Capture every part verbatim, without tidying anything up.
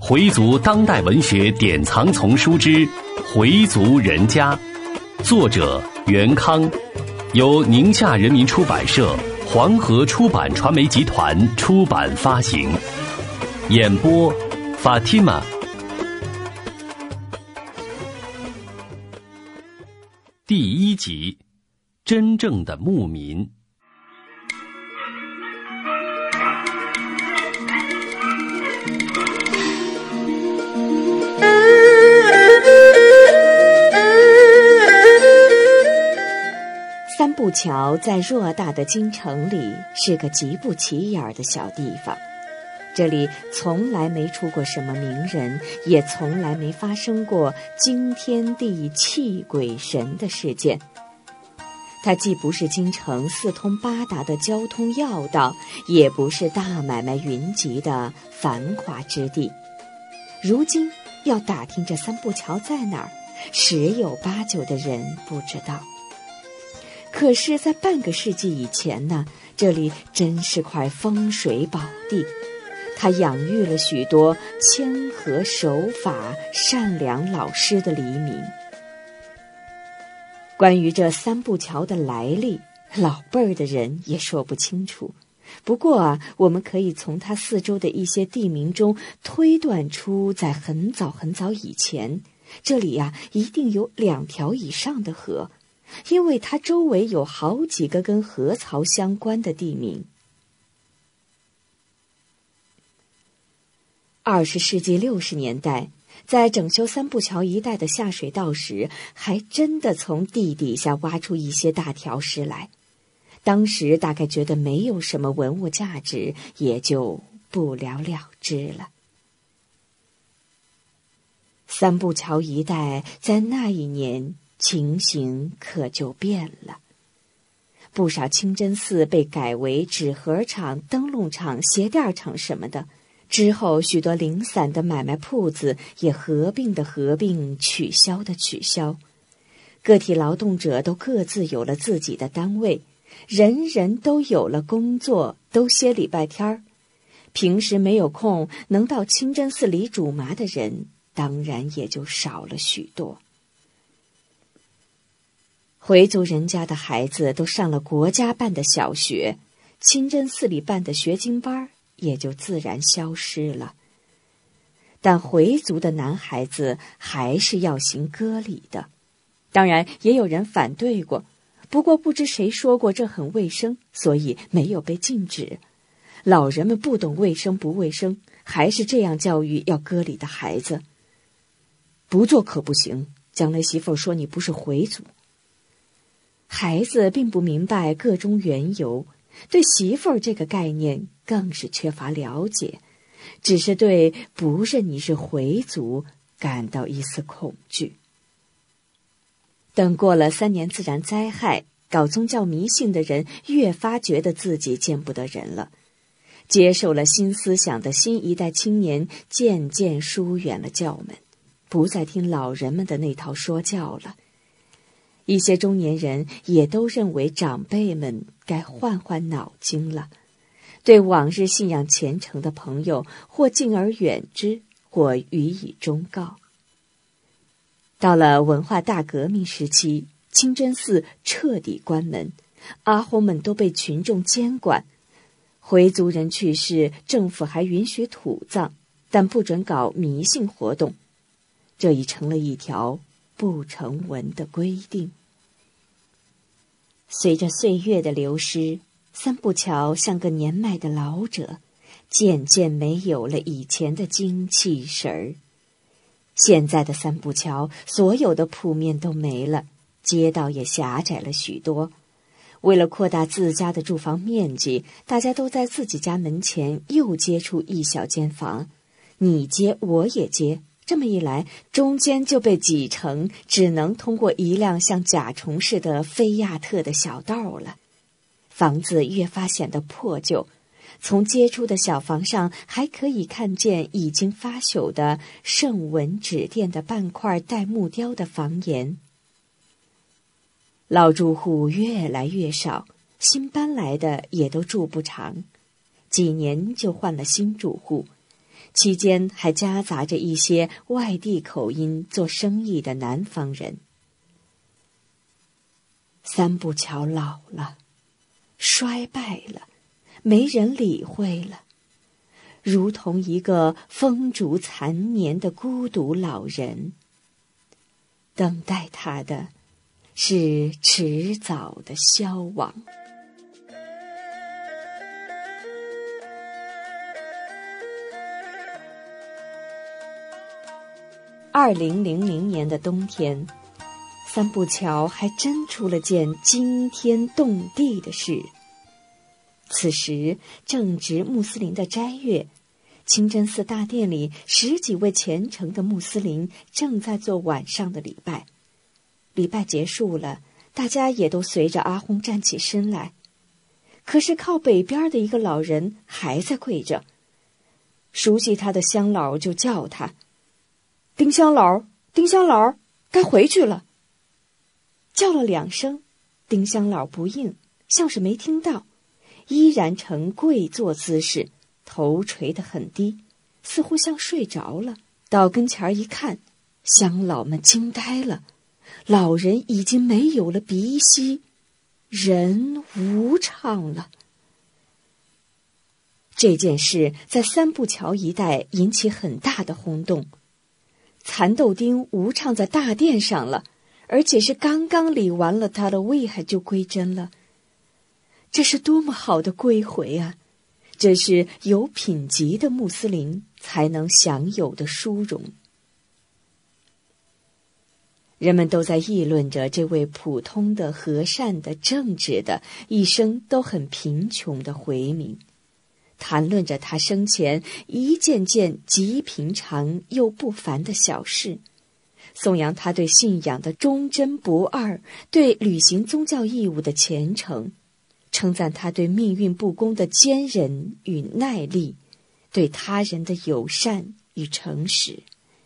回族当代文学典藏丛书之《回族人家》，作者袁康，由宁夏人民出版社、黄河出版传媒集团出版发行。演播 Fatima。 第一集，真正的牧民。 三步桥在偌大的京城里是个极不起眼的小地方，这里从来没出过什么名人，也从来没发生过惊天地泣鬼神的事件。它既不是京城四通八达的交通要道，也不是大买卖云集的繁华之地。如今要打听这三步桥在哪儿，十有八九的人不知道。可是在半个世纪以前呢，这里真是块风水宝地，它养育了许多谦和守法、善良老实的黎民。关于这三步桥的来历，老辈儿的人也说不清楚。不过啊，我们可以从它四周的一些地名中推断出，在很早很早以前，这里呀、啊、一定有两条以上的河，因为它周围有好几个跟河槽相关的地名。二十世纪六十年代，在整修三步桥一带的下水道时，还真的从地底下挖出一些大条石来。当时大概觉得没有什么文物价值，也就不了了之了。三步桥一带在那一年情形可就变了，不少清真寺被改为纸盒厂、灯笼厂、鞋垫厂什么的。之后许多零散的买卖铺子也合并的合并，取消的取消。个体劳动者都各自有了自己的单位，人人都有了工作，都歇礼拜天儿。平时没有空能到清真寺里煮麻的人，当然也就少了许多。回族人家的孩子都上了国家办的小学，清真寺里办的学经班也就自然消失了。但回族的男孩子还是要行割礼的，当然也有人反对过，不过不知谁说过这很卫生，所以没有被禁止。老人们不懂卫生不卫生，还是这样教育要割礼的孩子。不做可不行，将来媳妇说你不是回族。孩子并不明白个中缘由，对媳妇儿这个概念更是缺乏了解，只是对不认你是回族感到一丝恐惧。等过了三年自然灾害，搞宗教迷信的人越发觉得自己见不得人了。接受了新思想的新一代青年渐渐疏远了教门，不再听老人们的那套说教了。一些中年人也都认为长辈们该换换脑筋了，对往日信仰虔诚的朋友或敬而远之，或予以忠告。到了文化大革命时期，清真寺彻底关门，阿訇们都被群众监管。回族人去世，政府还允许土葬，但不准搞迷信活动，这已成了一条不成文的规定。随着岁月的流失，三步桥像个年迈的老者，渐渐没有了以前的精气神儿。现在的三步桥，所有的铺面都没了，街道也狭窄了许多。为了扩大自家的住房面积，大家都在自己家门前又接出一小间房，你接我也接，这么一来，中间就被挤成只能通过一辆像甲虫似的菲亚特的小道了。房子越发显得破旧，从接出的小房上还可以看见已经发朽的圣文纸店的半块带木雕的房檐。老住户越来越少，新搬来的也都住不长，几年就换了新住户。 期间还夹杂着一些外地口音做生意的南方人。三步桥老了，衰败了，没人理会了，如同一个风烛残年的孤独老人。等待他的是迟早的消亡。二零零零年的冬天，三步桥还真出了件惊天动地的事。此时正值穆斯林的斋月，清真寺大殿里十几位虔诚的穆斯林正在做晚上的礼拜。礼拜结束了，大家也都随着阿訇站起身来。可是靠北边的一个老人还在跪着，熟悉他的乡老就叫他：“丁乡老，丁乡老，该回去了。”叫了两声，丁乡老不应，像是没听到，依然呈跪坐姿势，头垂得很低，似乎像睡着了。到跟前一看，乡老们惊呆了，老人已经没有了鼻息，人无常了。这件事在三步桥一带引起很大的轰动。蚕豆丁无常在大殿上了，而且是刚刚理完了他的位还就归真了。这是多么好的归回啊！这是有品级的穆斯林才能享有的殊荣。人们都在议论着这位普通的、和善的、正直的、一生都很贫穷的回民，谈论着他生前一件件极平常又不凡的小事，颂扬他对信仰的忠贞不二，对履行宗教义务的虔诚，称赞他对命运不公的坚忍与耐力，对他人的友善与诚实。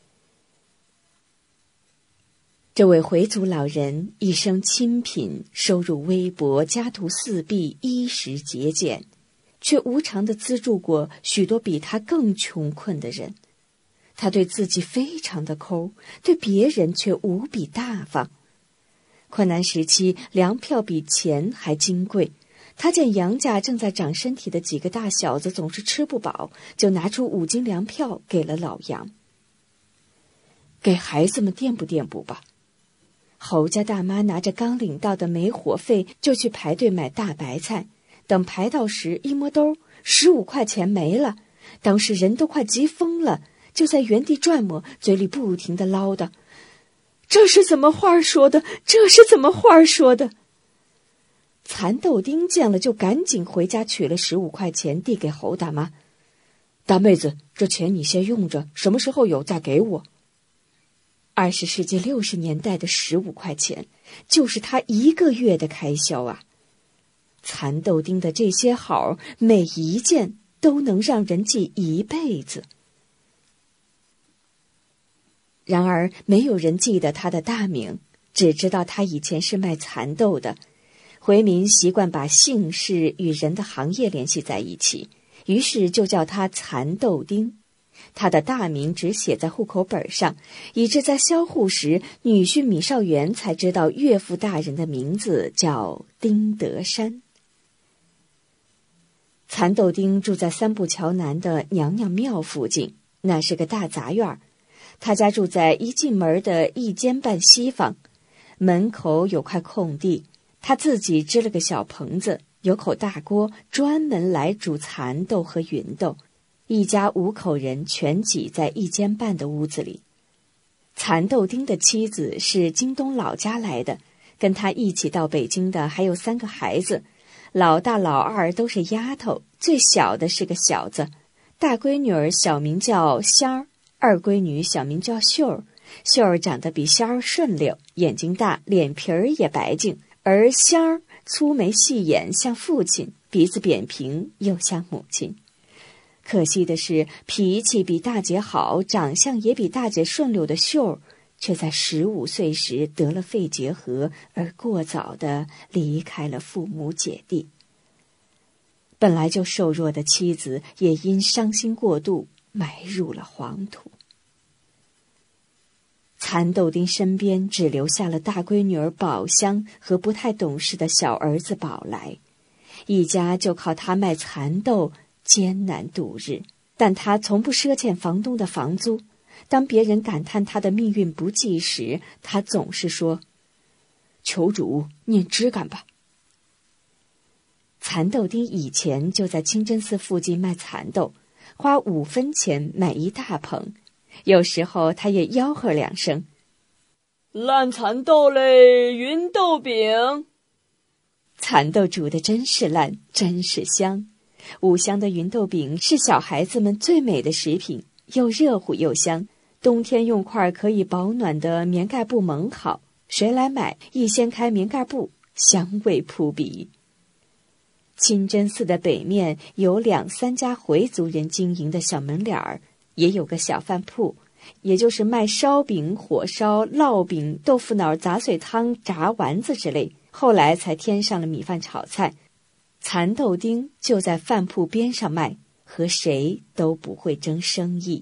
这位回族老人一生清贫，收入微薄，家徒四壁，衣食节俭，却无偿地资助过许多比他更穷困的人。他对自己非常的抠，对别人却无比大方。困难时期，粮票比钱还金贵。他见杨家正在长身体的几个大小子总是吃不饱，就拿出五斤粮票给了老杨。给孩子们垫补垫补吧。侯家大妈拿着刚领到的没火费，就去排队买大白菜。等排到时，一摸兜，十五块钱没了。当时人都快急疯了，就在原地转摸，嘴里不停地唠叨：“这是怎么话说的？这是怎么话说的？”蚕豆丁见了，就赶紧回家取了十五块钱，递给侯大妈：“大妹子，这钱你先用着，什么时候有再给我。”二十世纪六十年代的十五块钱，就是他一个月的开销啊！蚕豆丁的这些好，每一件都能让人记一辈子。然而，没有人记得他的大名，只知道他以前是卖蚕豆的。回民习惯把姓氏与人的行业联系在一起，于是就叫他蚕豆丁。他的大名只写在户口本上，以致在销户时，女婿米少元才知道岳父大人的名字叫丁德山。蚕豆丁住在三步桥南的娘娘庙附近，那是个大杂院。他家住在一进门的一间半西方，门口有块空地，他自己支了个小棚子，有口大锅，专门来煮蚕豆和芸豆。一家五口人全挤在一间半的屋子里。蚕豆丁的妻子是京东老家来的，跟他一起到北京的还有三个孩子，老大老二都是丫头，最小的是个小子。大闺女儿小名叫仙儿，二闺女小名叫秀儿。秀儿长得比仙儿顺溜，眼睛大，脸皮儿也白净，而仙儿粗眉细眼像父亲，鼻子扁平又像母亲。可惜的是，脾气比大姐好，长相也比大姐顺溜的秀儿，却在十五岁时得了肺结核，而过早地离开了父母姐弟。本来就瘦弱的妻子，也因伤心过度， 埋入了黄土。蚕豆丁身边只留下了大闺女儿宝香和不太懂事的小儿子宝来，一家就靠他卖蚕豆艰难度日。但他从不赊欠房东的房租，当别人感叹他的命运不济时，他总是说：“求主念枝干吧。”蚕豆丁以前就在清真寺附近卖蚕豆，花五分钱买一大捧，有时候他也吆喝两声：“烂蚕豆嘞，芸豆饼。”蚕豆煮得真是烂，真是香。五香的芸豆饼是小孩子们最美的食品，又热乎又香。冬天用块可以保暖的棉盖布蒙好，谁来买，一掀开棉盖布，香味扑鼻。清真寺的北面有两三家回族人经营的小门脸儿，也有个小饭铺，也就是卖烧饼、火烧、烙饼、豆腐脑、杂碎汤、炸丸子之类，后来才添上了米饭炒菜。蚕豆丁就在饭铺边上卖，和谁都不会争生意。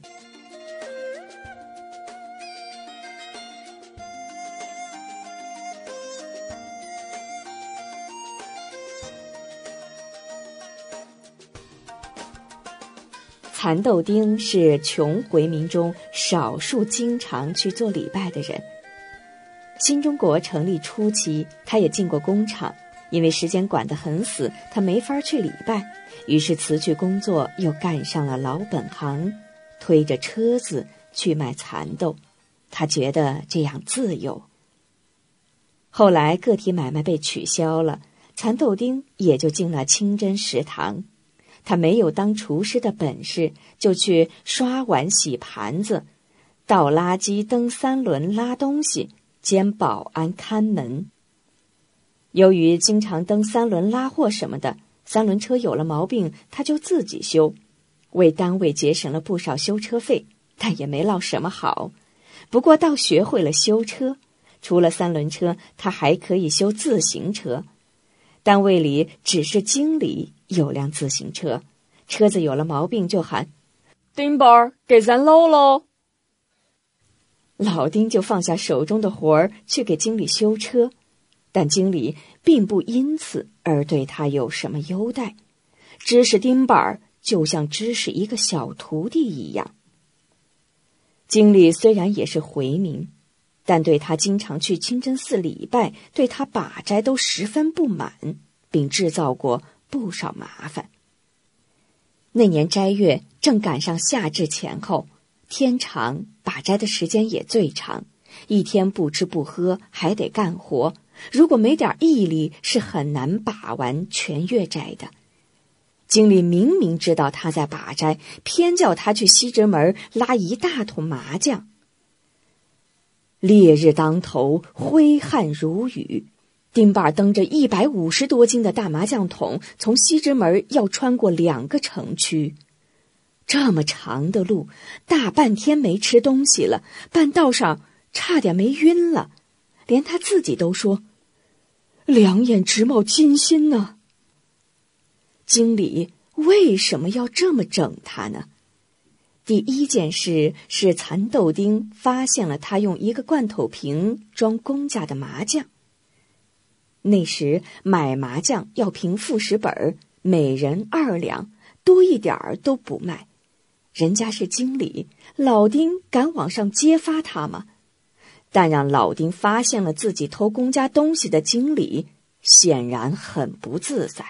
蚕豆丁是穷回民中少数经常去做礼拜的人。新中国成立初期，他也进过工厂，因为时间管得很死，他没法去礼拜，于是辞去工作，又干上了老本行，推着车子去卖蚕豆。他觉得这样自由。后来个体买卖被取消了，蚕豆丁也就进了清真食堂。他没有当厨师的本事，就去刷碗洗盘子，倒垃圾、蹬三轮、拉东西，兼保安看门。由于经常蹬三轮拉货什么的，三轮车有了毛病他就自己修，为单位节省了不少修车费，但也没落什么好。不过倒学会了修车，除了三轮车，他还可以修自行车。单位里只是经理有辆自行车，车子有了毛病就喊：“丁宝儿，给咱搂搂。”老丁就放下手中的活儿去给经理修车，但经理并不因此而对他有什么优待，指使丁宝儿就像指使一个小徒弟一样。经理虽然也是回民，但对他经常去清真寺礼拜，对他把斋都十分不满，并制造过不少麻烦。那年斋月正赶上夏至前后，天长，把斋的时间也最长，一天不吃不喝还得干活，如果没点毅力是很难把完全月斋的。经理明明知道他在把斋，偏叫他去西直门拉一大桶麻将。烈日当头，挥汗如雨，丁爸蹬着一百五十多斤的大麻将桶，从西直门要穿过两个城区。这么长的路，大半天没吃东西了，半道上差点没晕了，连他自己都说：“两眼直冒金星呢。”经理为什么要这么整他呢？第一件事是蚕豆丁发现了他用一个罐头瓶装公家的麻将。那时买麻将要凭副食本，每人二两，多一点儿都不卖。人家是经理，老丁敢往上揭发他吗？但让老丁发现了自己偷公家东西的经理，显然很不自在。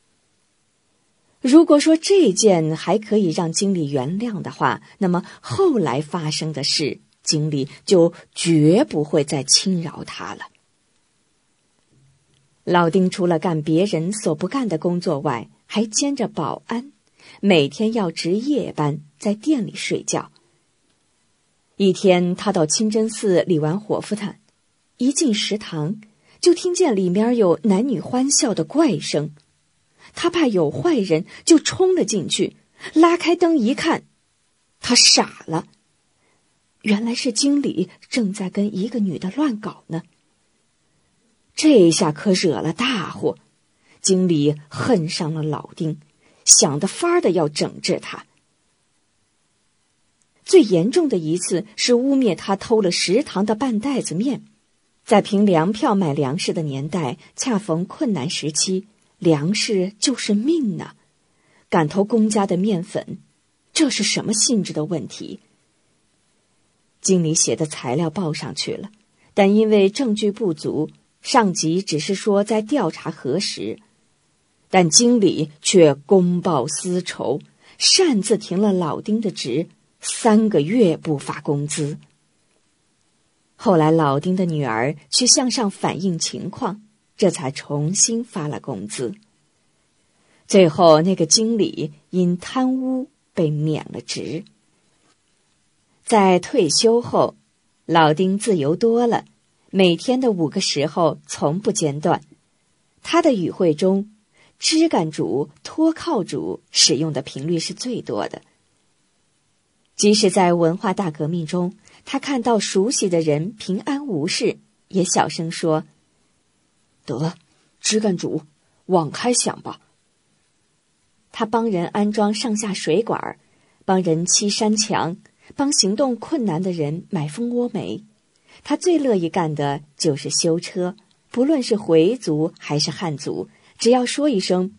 如果说这件还可以让经理原谅的话，那么后来发生的事，经理就绝不会再轻饶他了。老丁除了干别人所不干的工作外，还兼着保安，每天要值夜班，在店里睡觉。一天他到清真寺理完火夫炭，一进食堂就听见里面有男女欢笑的怪声，他怕有坏人，就冲了进去，拉开灯一看，他傻了，原来是经理正在跟一个女的乱搞呢。这下可惹了大祸，经理恨上了老丁，想得法儿的要整治他。 最严重的一次是污蔑他偷了食堂的半袋子面。在凭粮票买粮食的年代，恰逢困难时期，粮食就是命呢。敢偷公家的面粉，这是什么性质的问题？经理写的材料报上去了，但因为证据不足，上级只是说在调查核实，但经理却公报私仇，擅自停了老丁的职，三个月不发工资。后来老丁的女儿去向上反映情况，这才重新发了工资。最后那个经理因贪污被免了职。在退休后，老丁自由多了，每天的五个时候从不间断。他的语汇中，枝干主、托靠主使用的频率是最多的。即使在文化大革命中，他看到熟悉的人平安无事，也小声说：“得，枝干主，往开想吧。”他帮人安装上下水管，帮人砌山墙，帮行动困难的人买蜂窝煤。他最乐意干的就是修车，不论是回族还是汉族，只要说一声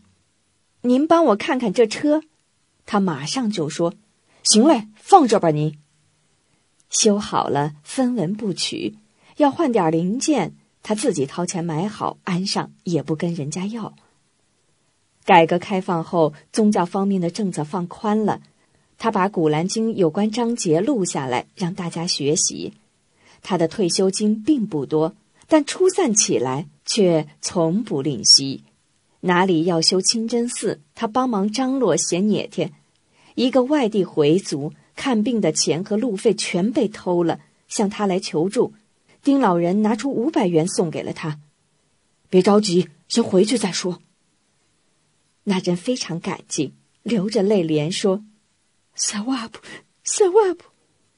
“您帮我看看这车”，他马上就说：“行嘞，放这吧您。”修好了分文不取，要换点零件，他自己掏钱买好安上，也不跟人家要。改革开放后，宗教方面的政策放宽了，他把《古兰经》有关章节录下来，让大家学习。他的退休金并不多，但出散起来却从不吝惜。哪里要修清真寺，他帮忙张罗写帖帖。一个外地回族看病的钱和路费全被偷了，向他来求助。丁老人拿出五百元送给了他。别着急，先回去再说。那人非常感激，流着泪连说：“萨瓦布，萨瓦布。”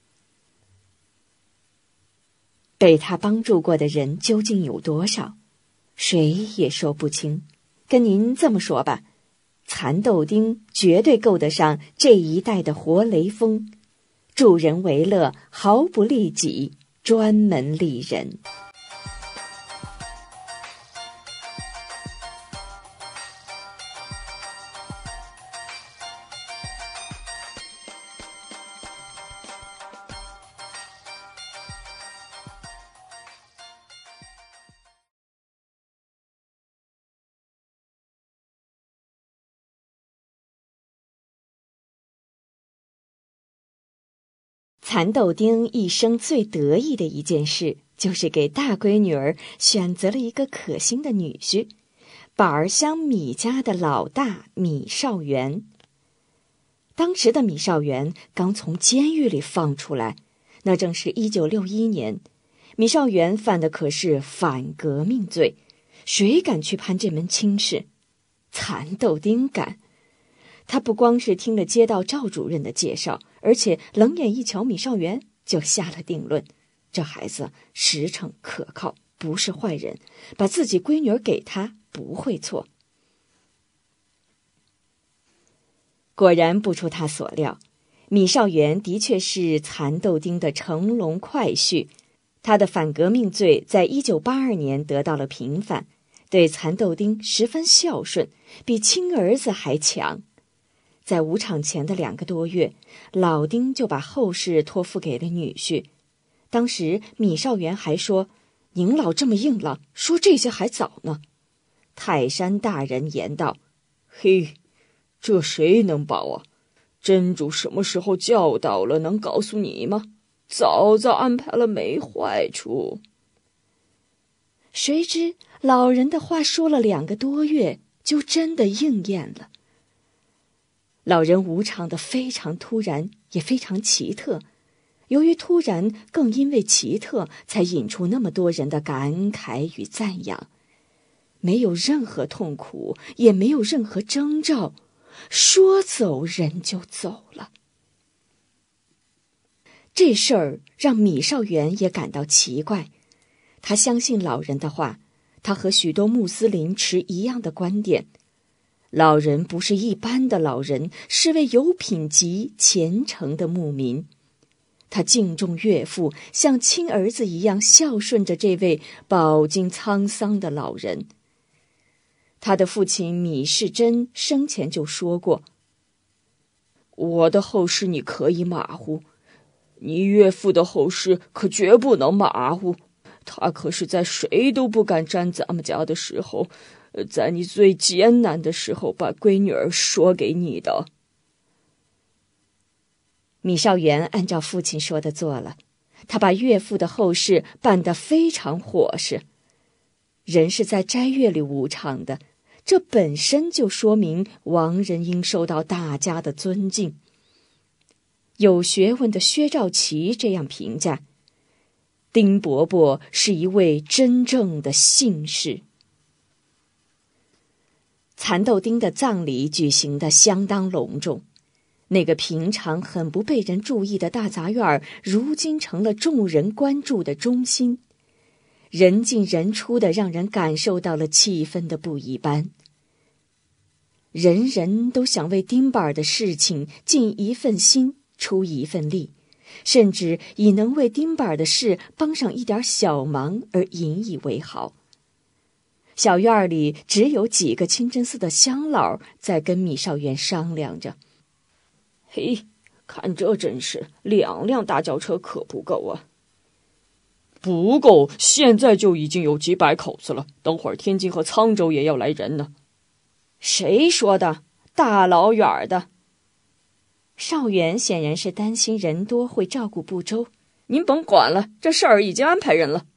被他帮助过的人究竟有多少，谁也说不清。跟您这么说吧，蚕豆丁绝对够得上这一代的活雷锋，助人为乐，毫不利己，专门利人。蚕豆丁一生最得意的一件事，就是给大闺女儿选择了一个可心的女婿，宝儿乡米家的老大米少元。当时的米少元刚从监狱里放出来，那正是一九六一年。米少元犯的可是反革命罪，谁敢去攀这门亲事？蚕豆丁敢。他不光是听了街道赵主任的介绍，而且冷眼一瞧米少元，就下了定论：这孩子实诚可靠，不是坏人，把自己闺女儿给他不会错。果然不出他所料，米少元的确是蚕豆丁的乘龙快婿。他的反革命罪在一九八二年得到了平反，对蚕豆丁十分孝顺，比亲儿子还强。在五场前的两个多月，老丁就把后事托付给了女婿。当时米少元还说：“您老这么硬朗，说这些还早呢。”泰山大人言道：“嘿，这谁能保啊？真主什么时候教导了，能告诉你吗？早早安排了，没坏处。”谁知老人的话说了两个多月，就真的应验了。老人无常的非常突然，也非常奇特。由于突然，更因为奇特，才引出那么多人的感慨与赞扬。没有任何痛苦，也没有任何征兆，说走人就走了。这事儿让米少元也感到奇怪。他相信老人的话，他和许多穆斯林持一样的观点。老人不是一般的老人，是位有品级、虔诚的牧民。 他敬重岳父，像亲儿子一样孝顺着这位饱经沧桑的老人。他的父亲米世珍生前就说过：我的后事你可以马虎，你岳父的后事可绝不能马虎，他可是在谁都不敢沾咱们家的时候，在你最艰难的时候把闺女儿说给你的。米少元按照父亲说的做了，他把岳父的后事办得非常伙食。人是在斋月里无常的，这本身就说明亡人应受到大家的尊敬。有学问的薛兆琪这样评价：丁伯伯是一位真正的信士。蚕豆丁的葬礼举行得相当隆重，那个平常很不被人注意的大杂院，如今成了众人关注的中心，人进人出的让人感受到了气氛的不一般。人人都想为丁伯儿的事情尽一份心，出一份力，甚至以能为丁伯儿的事帮上一点小忙而引以为豪。小院里只有几个清真寺的乡老在跟米少元商量着：嘿，看这阵势，两辆大轿车可不够啊。不够，现在就已经有几百口子了，等会儿天津和沧州也要来人呢。谁说的？大老远的。少元显然是担心人多会照顾不周，您甭管了，这事儿已经安排人了。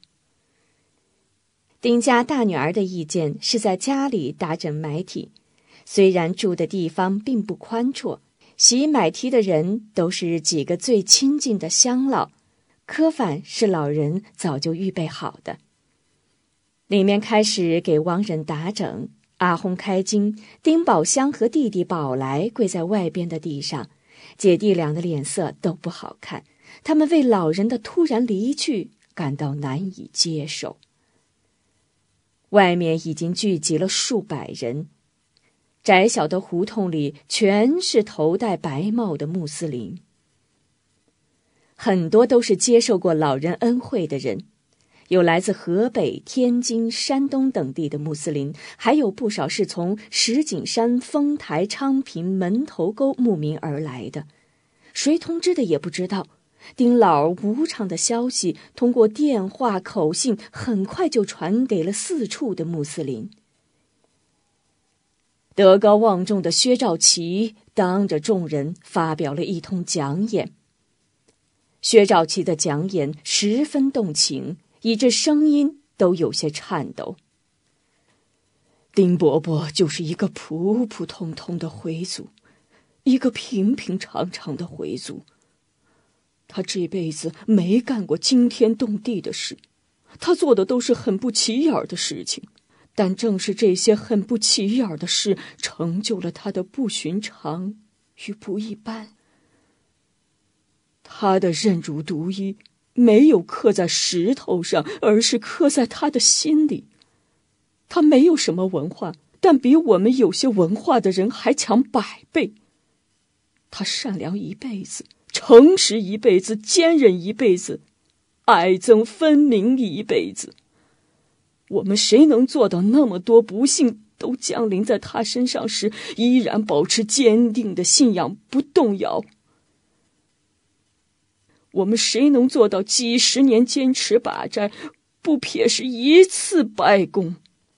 丁家大女儿的意见是在家里搭枕埋体，虽然住的地方并不宽绰，洗买提的人都是几个最亲近的乡老，科饭是老人早就预备好的。里面开始给亡人打整，阿訇开经，丁宝香和弟弟宝来跪在外边的地上，姐弟俩的脸色都不好看，他们为老人的突然离去感到难以接受。外面已经聚集了数百人，窄小的胡同里全是头戴白帽的穆斯林，很多都是接受过老人恩惠的人，有来自河北、天津、山东等地的穆斯林，还有不少是从石景山、丰台、昌平、门头沟慕名而来的。谁通知的也不知道，丁老无常的消息通过电话、口信很快就传给了四处的穆斯林。德高望重的薛兆琪当着众人发表了一通讲演。薛兆琪的讲演十分动情，以致声音都有些颤抖。丁伯伯就是一个普普通通的回族，一个平平常常的回族。他这辈子没干过惊天动地的事，他做的都是很不起眼的事情，但正是这些很不起眼的事成就了他的不寻常与不一般。他的任汝独一没有刻在石头上，而是刻在他的心里。他没有什么文化，但比我们有些文化的人还强百倍。他善良一辈子，诚实一辈子，坚韧一辈子，爱憎分明一辈子。我们谁能做到那么多不幸都降临在他身上时，依然保持坚定的信仰不动摇？我们谁能做到几十年坚持把斋，不撇失一次拜功？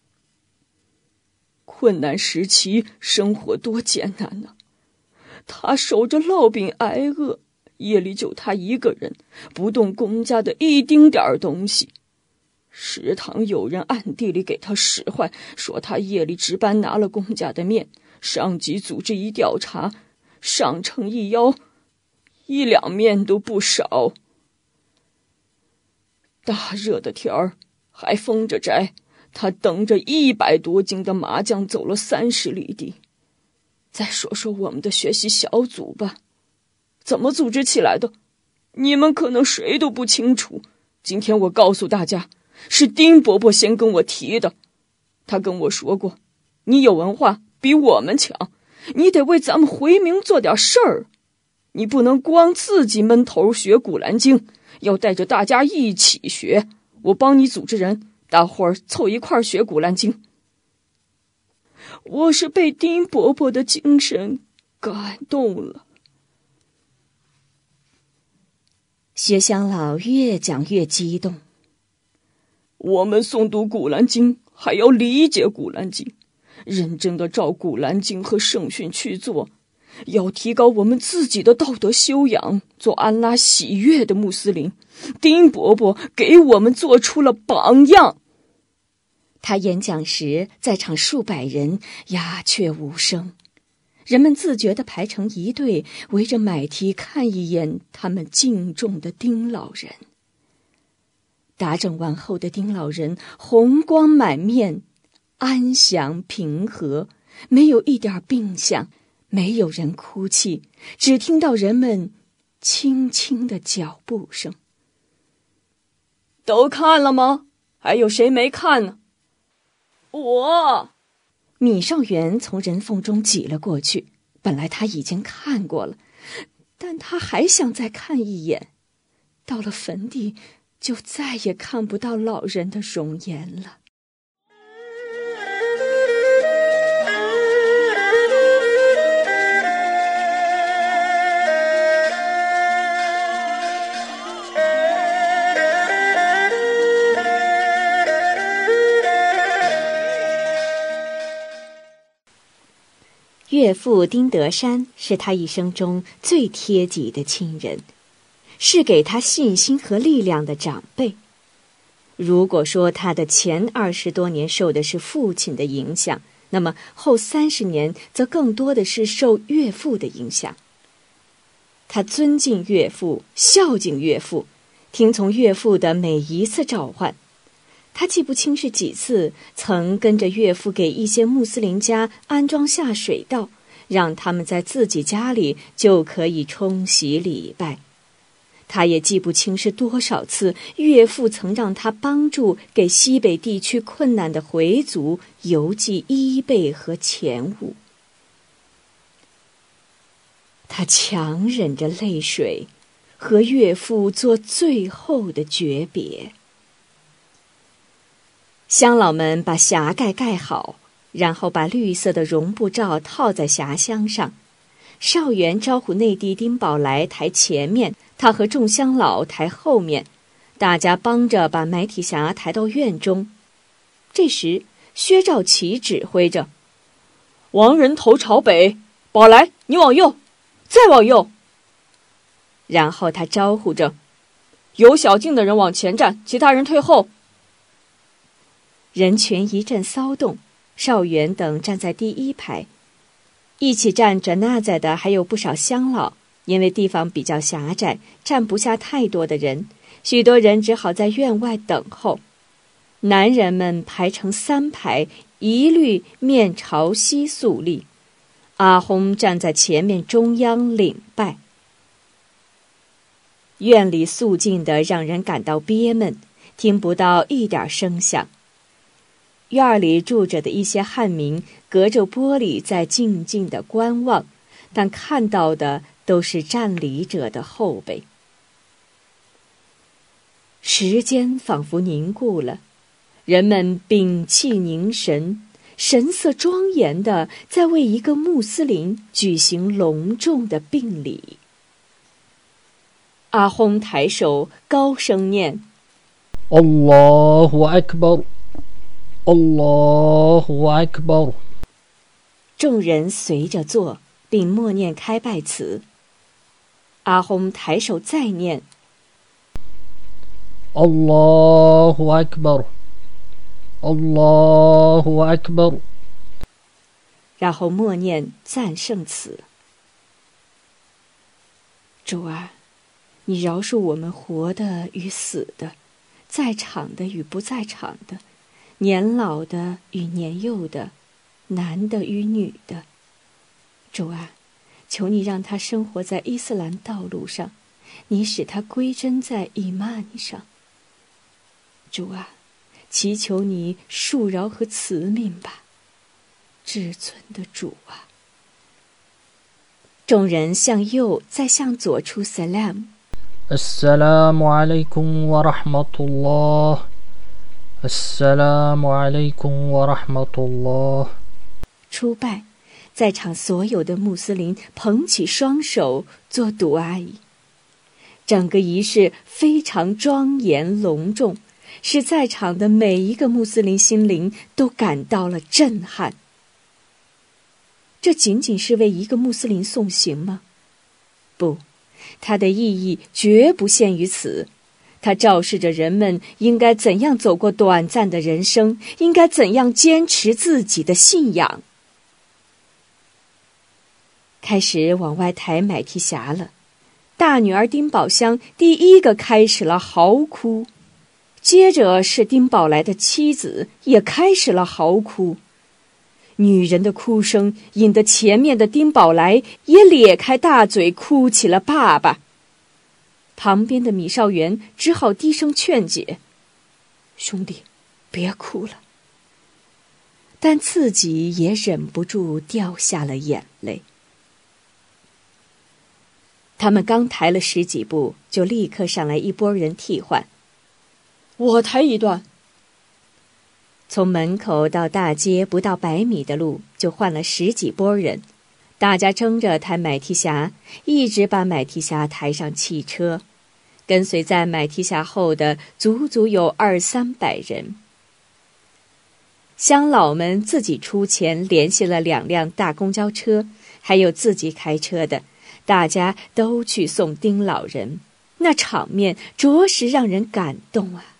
困难时期生活多艰难呢、啊！他守着烙饼挨饿，夜里就他一个人，不动公家的一丁点儿东西。食堂有人暗地里给他使坏，说他夜里值班拿了公家的面，上级组织一调查，上称一腰，一两面都不少。大热的天儿还封着斋，他蹬着一百多斤的麻将走了三十里地。再说说我们的学习小组吧，怎么组织起来的？你们可能谁都不清楚。今天我告诉大家，是丁伯伯先跟我提的。他跟我说过，你有文化比我们强，你得为咱们回民做点事儿。 你不能光自己闷头学古兰经，要带着大家一起学。我帮你组织人，大伙儿凑一块儿学古兰经。我是被丁伯伯的精神感动了。 薛乡老越讲越激动。 我们诵读古兰经，还要理解古兰经，认真的照古兰经和圣训去做，要提高我们自己的道德修养，做安拉喜悦的穆斯林。丁伯伯给我们做出了榜样。 他演讲时，在场数百人鸦雀无声，人们自觉地排成一队，围着买提看一眼他们敬重的丁老人。答证完后的丁老人红光满面，安详平和，没有一点病相，没有人哭泣，只听到人们轻轻的脚步声。 都看了吗？还有谁没看呢？我。 米少元从人缝中挤了过去，本来他已经看过了，但他还想再看一眼。到了坟地，就再也看不到老人的容颜了。岳父丁德山是他一生中最贴己的亲人，是给他信心和力量的长辈。如果说他的前二十多年受的是父亲的影响，那么后三十年则更多的是受岳父的影响。他尊敬岳父，孝敬岳父，听从岳父的每一次召唤。他记不清是几次曾跟着岳父给一些穆斯林家安装下水道，让他们在自己家里就可以冲洗礼拜。他也记不清是多少次岳父曾让他帮助给西北地区困难的回族邮寄衣被和钱物。他强忍着泪水，和岳父做最后的诀别。乡老们把匣盖盖好，然后把绿色的绒布罩套在匣箱上。少元招呼内弟丁宝来抬前面，他和众乡老抬后面，大家帮着把埋体匣抬到院中。这时，薛兆奇指挥着：“ 王人头朝北，宝来，你往右，再往右。” 然后他招呼着：“ 有小径的人往前站，其他人退后。” 人群一阵骚动，少元等站在第一排。一起站着那在的还有不少乡老，因为地方比较狭窄，站不下太多的人，许多人只好在院外等候。男人们排成三排，一律面朝西肃立。阿訇站在前面中央领拜。院里肃静得让人感到憋闷，听不到一点声响。院里住着的一些汉民隔着玻璃在静静地观望，但看到的都是站礼者的后背。时间仿佛凝固了，人们屏气凝神，神色庄严地在为一个穆斯林举行隆重的病礼。阿訇抬手高声念：“ 安拉胡艾克巴，安拉胡艾克巴。” 众人随着做，并默念开拜词。阿訇抬手再念：“ 安拉胡艾克巴，安拉胡艾克巴。” 然后默念赞圣词：“主啊，你饶恕我们活的与死的，在场的与不在场的，年老的与年幼的，男的与女的。主啊，求你让他生活在伊斯兰道路上，你使他归真在伊曼上。主啊，祈求你恕饶和慈悯吧，至尊的主啊。” 众人向右再向左出 salam。 السلام عليكم ورحمة الله السلام عليكم ورحمة الله。 出拜，在场所有的穆斯林捧起双手做杜阿伊。整个仪式非常庄严隆重，使在场的每一个穆斯林心灵都感到了震撼。这仅仅是为一个穆斯林送行吗？不，它的意义绝不限于此。它昭示着人们应该怎样走过短暂的人生，应该怎样坚持自己的信仰。开始往外抬买提匣了，大女儿丁宝香第一个开始了嚎哭，接着是丁宝来的妻子也开始了嚎哭。女人的哭声引得前面的丁宝来也咧开大嘴哭起了爸爸。旁边的米少元只好低声劝解：兄弟，别哭了。但自己也忍不住掉下了眼泪。他们刚抬了十几步，就立刻上来一拨人替换。 我抬一段。 从门口到大街不到百米的路，就换了十几拨人，大家争着抬买提匣，一直把买提匣抬上汽车。跟随在买提匣后的足足有二三百人。乡老们自己出钱联系了两辆大公交车，还有自己开车的，大家都去送丁老人，那场面着实让人感动啊！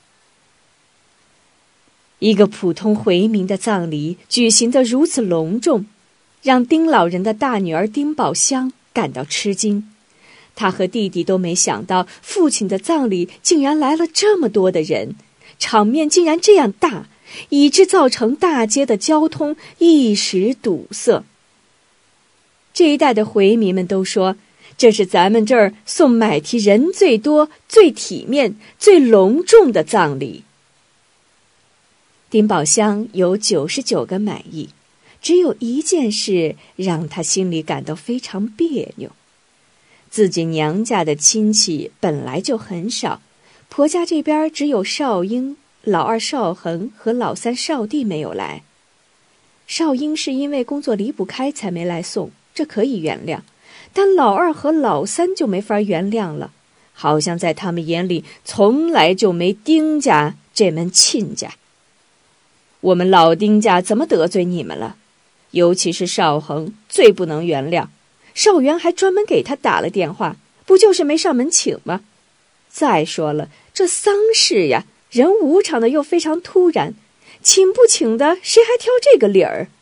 一个普通回民的葬礼举行得如此隆重，让丁老人的大女儿丁宝香感到吃惊。他和弟弟都没想到父亲的葬礼竟然来了这么多的人，场面竟然这样大，以致造成大街的交通一时堵塞。这一带的回民们都说，这是咱们这儿送买提人最多、最体面、最隆重的葬礼。丁宝香有九十九个满意，只有一件事让他心里感到非常别扭。自己娘家的亲戚本来就很少，婆家这边只有少英、老二少恒和老三少弟没有来。少英是因为工作离不开才没来送，这可以原谅，但老二和老三就没法原谅了，好像在他们眼里从来就没丁家这门亲家。我们老丁家怎么得罪你们了？尤其是少恒最不能原谅，少元还专门给他打了电话，不就是没上门请吗？再说了，这丧事呀，人无常的又非常突然，请不请的谁还挑这个理儿？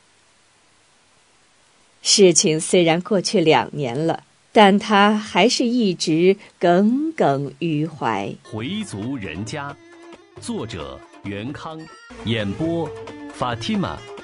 事情虽然过去两年了，但他还是一直耿耿于怀。 回族人家，作者袁康，演播 Fatima。